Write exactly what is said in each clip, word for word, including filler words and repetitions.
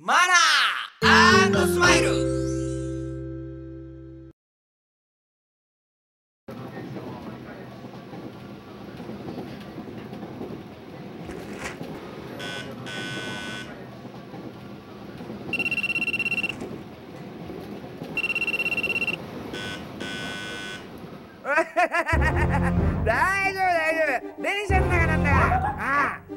マナー&スマイル。 大丈夫大丈夫、電車の中なんだから。ああ。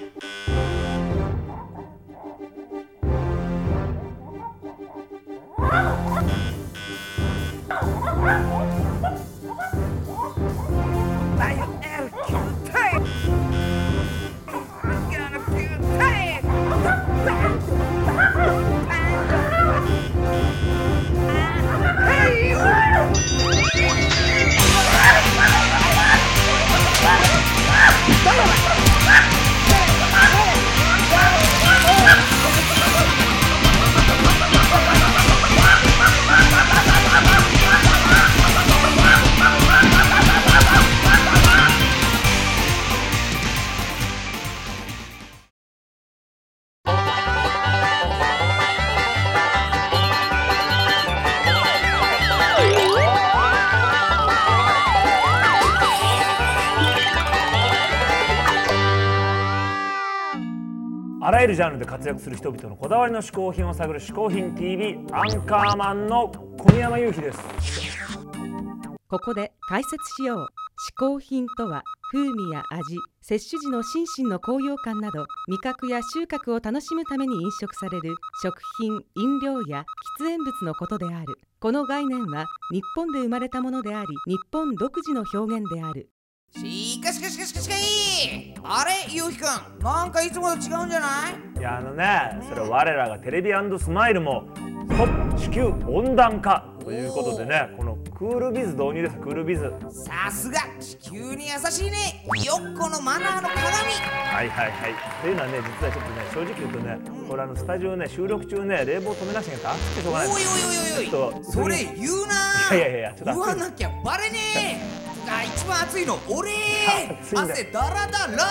あらゆるジャンルで活躍する人々のこだわりの嗜好品を探る嗜好品 ティービー アンカーマンの小宮山雄飛です。 ここで解説しよう。嗜好品とは風味や味、摂取時の心身の高揚感など味覚や収穫を楽しむために飲食される食品、飲料や喫煙物のことである。この概念は日本で生まれたものであり、日本独自の表現である。 しかしかしかしかしかいあれ、ゆうひくん、なんかいつもと違うんじゃない？ いやあのね、それは我らがテレビ&スマイルもストップ地球温暖化ということでね、このクールビズ導入です。クールビズ、 さすが地球に優しいね。よっこのマナーの鏡。 はいはいはい。というのはね、実はちょっとね、正直言うとね、うん、これあのスタジオね、収録中ね、冷房止めなしに暑くてしょうがない。 おいおいおいおいおい、 ちょっとそれ言うな。 いやいやいや、ちょっと言わなきゃバレねえ。が一番暑いの俺。汗だらだら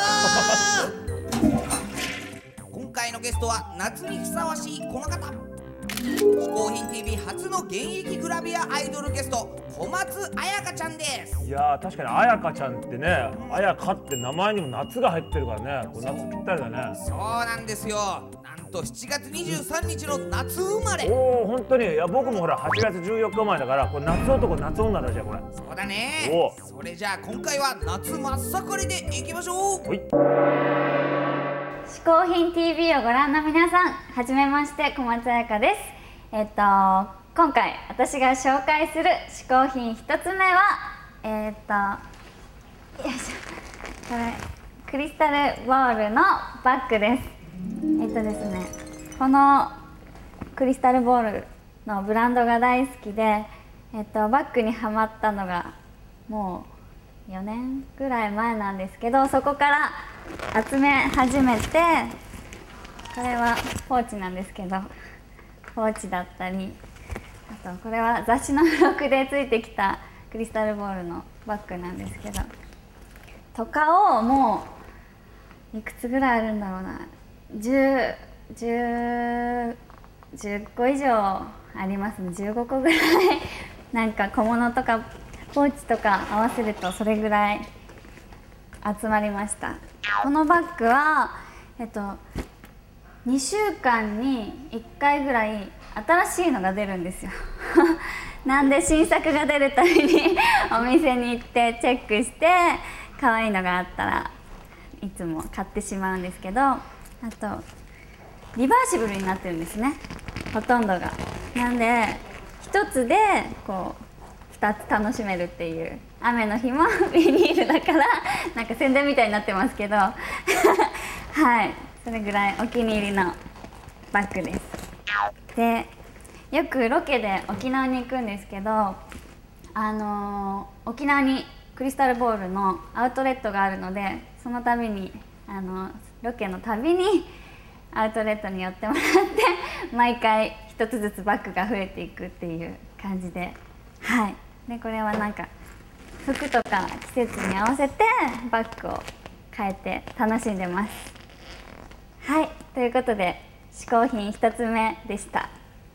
今回のゲストは夏にふさわしいこの方、嗜好品 ティービー 初の現役グラビアアイドルゲスト、小松彩香ちゃんです。 いやー、確かに彩香ちゃんってね、彩香って名前にも夏が入ってるからね、これ夏ぴったりだね。 そうなんですよ。なんとしちがつにじゅうさんにちの夏生まれ。 おお、本当に。いや、僕もほらはちがつじゅうよっか生まれだから、これ夏男夏女だじゃんこれ。 そうだね。おそれじゃあ今回は夏真っ盛りでいきましょう。はい。 嗜好品 ティービー をご覧の皆さん、はじめまして、小松彩香です。えっと今回私が紹介する嗜好品ひとつめはえっとよいしょ、これクリスタルボールのバッグです。えっとですね、このクリスタルボールのブランドが大好きで、えっとバッグにはまったのがもうよねんぐらい前なんですけど、そこから集め始めて、これはポーチなんですけど、ポーチだったり、あとこれは雑誌の付録でついてきたクリスタルボールのバッグなんですけど、とかをもういくつぐらいあるんだろうな、じゅう、じゅう、じゅっこ以上ありますね。じゅうごこぐらいなんか小物とかポーチとか合わせるとそれぐらい集まりました。このバッグはえっとにしゅうかんにいっかいぐらい新しいのが出るんですよなんで新作が出るたびにお店に行ってチェックして、可愛いのがあったらいつも買ってしまうんですけど、あとリバーシブルになってるんですね、ほとんどが。なんでひとつでこうふたつ楽しめるっていう、雨の日もビニールだからなんか宣伝みたいになってますけどはい、それぐらいお気に入りのバッグです。で、よくロケで沖縄に行くんですけど、あのー、沖縄にクリスタルボールのアウトレットがあるので、その度にあのロケのたびにアウトレットに寄ってもらって毎回一つずつバッグが増えていくっていう感じで、はい。でこれはなんか服とか季節に合わせてバッグを変えて楽しんでます。はい、ということで嗜好品ひとつめでした。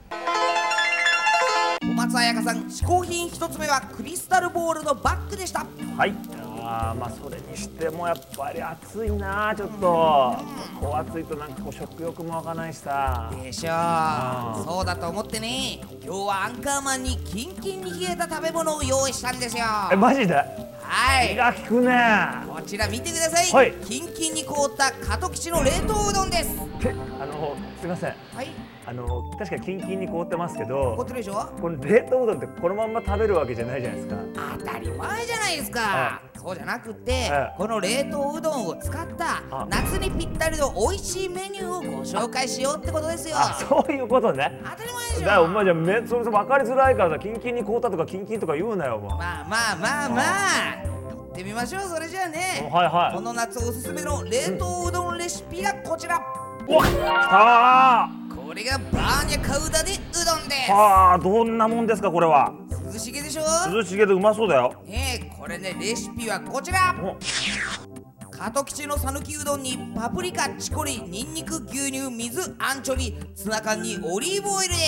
小松彩香さん、嗜好品ひとつめはクリスタルボールのバッグでした。 はい、あーまあそれにしてもやっぱり暑いな、ちょっとこう暑いとなんかこう食欲も湧かないしさ。 でしょう。そうだと思ってね、今日はアンカーマンにキンキンに冷えた食べ物を用意したんですよ。 え、マジで？ はい、 気が利くね。 こちら見てください、 はい、 キンキンに凍った加藤吉の冷凍うどんです。 けあのすいません、 はい、 あの確かにキンキンに凍ってますけど、 凍ってるでしょ。 この冷凍うどんってこのまんま食べるわけじゃないじゃないですか。 当たり前じゃないですか。そうじゃなくて、 はい、 この冷凍うどんを使った夏にぴったりの美味しいメニューをご紹介しようってことですよ。 あ、そういうことね。 当たり前でしょ。 だからお前じゃめそれ分かりづらいからさ、キンキンに凍ったとかキンキンとか言うなよもう。 まあまあまあまあ、行ってみましょう。それじゃあね、 はいはい、 この夏おすすめの冷凍うどんレシピがこちら。 おっ、きたー。 これがバーニャカウダでうどんです。 はあ、どんなもんですかこれは。 涼しげでしょ。 涼しげでうまそうだよ。 えー、これね、レシピはこちら。加藤吉の讃岐うどんにパプリカ、チコリ、ニンニク、牛乳、水、アンチョビ、ツナ缶にオリーブオイルです。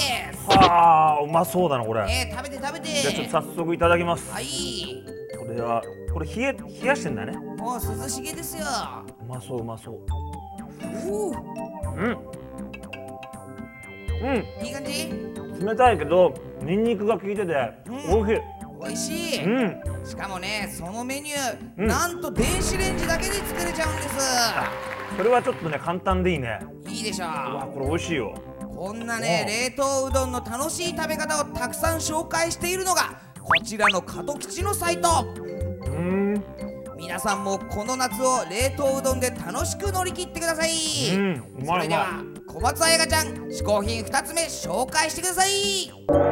はあ、うまそうだなこれ。 えー、食べて食べて。 じゃあちょっと早速いただきます。 はい。 これはこれ冷え冷やしてんだね。 もう涼しげですよ。 うまそううまそう。 ううんうん、 いい感じ。 冷たいけどニンニクが効いてて、うん、おいしい。 おいしい、 うん、 しかもね、そのメニュー、 うん、 なんと電子レンジだけで作れちゃうんです。 それはちょっとね簡単でいいね。 いいでしょう。うわ、これ美味しいよ。 こんなね冷凍うどんの楽しい食べ方をたくさん紹介しているのがこちらの加藤吉のサイト。 うん、 皆さんもこの夏を冷凍うどんで楽しく乗り切ってください。 うん、うまいうまい。 それでは小松彩香ちゃん、嗜好品ふたつめ紹介してください。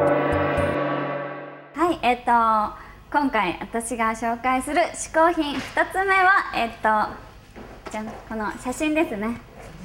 はい、えっと今回私が紹介する嗜好品ふたつめはえっとじゃん、この写真ですね。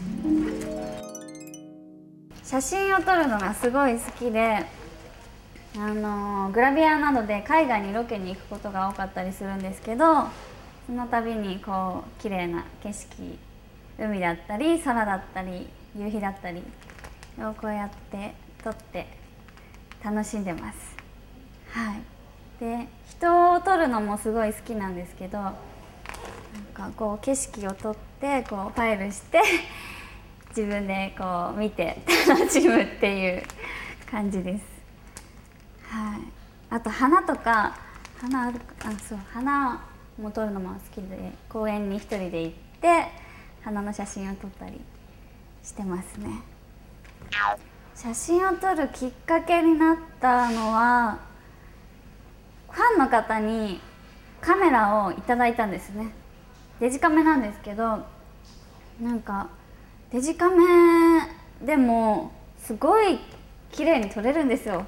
写真を撮るのがすごい好きで、あのグラビアなどで海外にロケに行くことが多かったりするんですけど、その度にこう綺麗な景色、海だったり空だったり夕日だったりをこうやって撮って楽しんでます。はい、で人を撮るのもすごい好きなんですけど、なんかこう景色を撮ってこうファイルして自分でこう見て楽しむっていう感じです。はい、あと花とか花あるあそう花も撮るのも好きで、公園に一人で行って花の写真を撮ったりしてますね。写真を撮るきっかけになったのはファンの方にカメラをいただいたんですね。デジカメなんですけど、なんかデジカメでもすごい綺麗に撮れるんですよ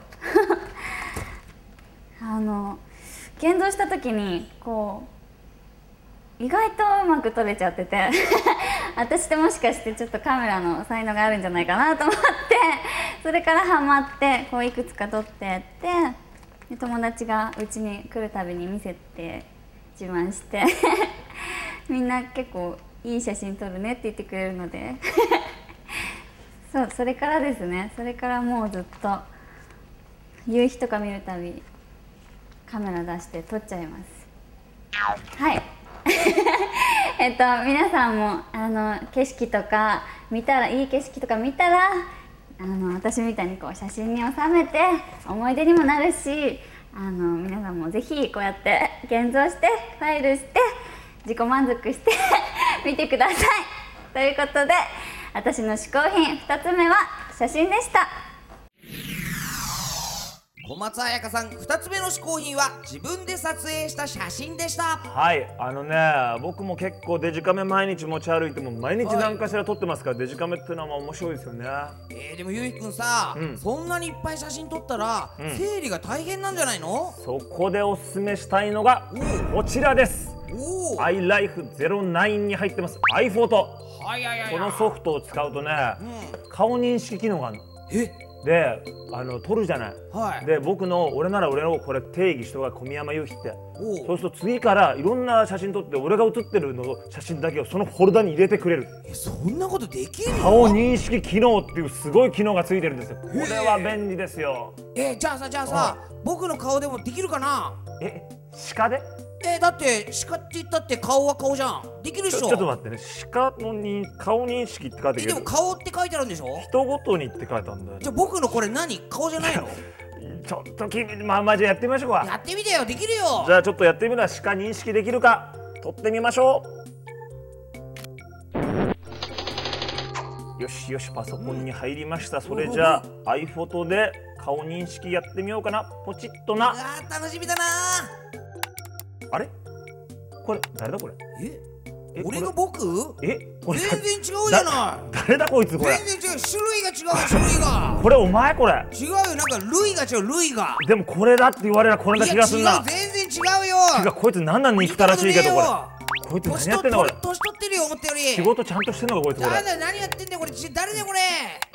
あの現像した時にこう意外とうまく撮れちゃってて私ってもしかしてちょっとカメラの才能があるんじゃないかなと思って、それからハマってこういくつか撮ってってで友達がうちに来るたびに見せて自慢してみんな結構いい写真撮るねって言ってくれるのでそう、それからですね。それからもうずっと夕日とか見るたびカメラ出して撮っちゃいます。はいえっと皆さんもあの景色とか見たらいい景色とか見たらあの私みたいにこう写真に収めて思い出にもなるし、あの皆さんもぜひこうやって現像してファイルして自己満足して見てください。ということで私の嗜好品ふたつめは写真でした。 小松彩香さん、ふたつめの嗜好品は自分で撮影した写真でした。 はい、あのね、僕も結構デジカメ毎日持ち歩いても毎日何かしら撮ってますから、はい、デジカメってのはまあ面白いですよね。 えー、でもゆうひくんさ、うん、そんなにいっぱい写真撮ったら、うん、整理が大変なんじゃないの？ そこでおすすめしたいのがこちらです。アイライフゼロナイン に入ってます iPhoto。はいはいはいはい、このソフトを使うとね、うん、顔認識機能があるの。 え、 であの撮るじゃない。 はいで僕の俺なら俺のこれ定義人が小宮山雄飛って。 おそうすると次からいろんな写真撮って俺が写ってるの写真だけをそのフォルダに入れてくれる。 えそんなことできるの？ 顔認識機能っていうすごい機能がついてるんですよ。これは便利ですよ。 えじゃあさじゃあさ僕の顔でもできるかな？ え鹿でえだって鹿って言ったって顔は顔じゃん。できるっしょ。 ちょちょっと待ってね、鹿のに顔認識って書いてえでもるけど顔って書いてあるんでしょ？ 人ごとにって書いてあるんだよね。 じゃあ僕のこれ何？顔じゃないの？ ちょっと君まあまあじゃあやってみましょうか。 やってみてよ。できるよ。 じゃあちょっとやってみるのは鹿認識できるか撮ってみましょう。よしよしパソコンに入りました。それじゃあ iPhoto で顔認識やってみようかな。ポチッとな。 あー楽しみだなあれこれ誰だこれ。 ええ俺が僕？ えこれ全然違うじゃない誰だこいつこれ。 全然違う。種類が違う種類がこれお前これ。 違うよ。なんか類が違う類が。 でもこれだって言われたらこれだ気がすんな。 いや違う全然違うよ。 違うこいつ何なん憎たらしいけどこれ。こいつ何やってんだこれ。 年取ってるよ思ったより。 仕事ちゃんとしてんのかこいつこれ。 誰だよ何やってんだよこれ。ち誰だよこれ。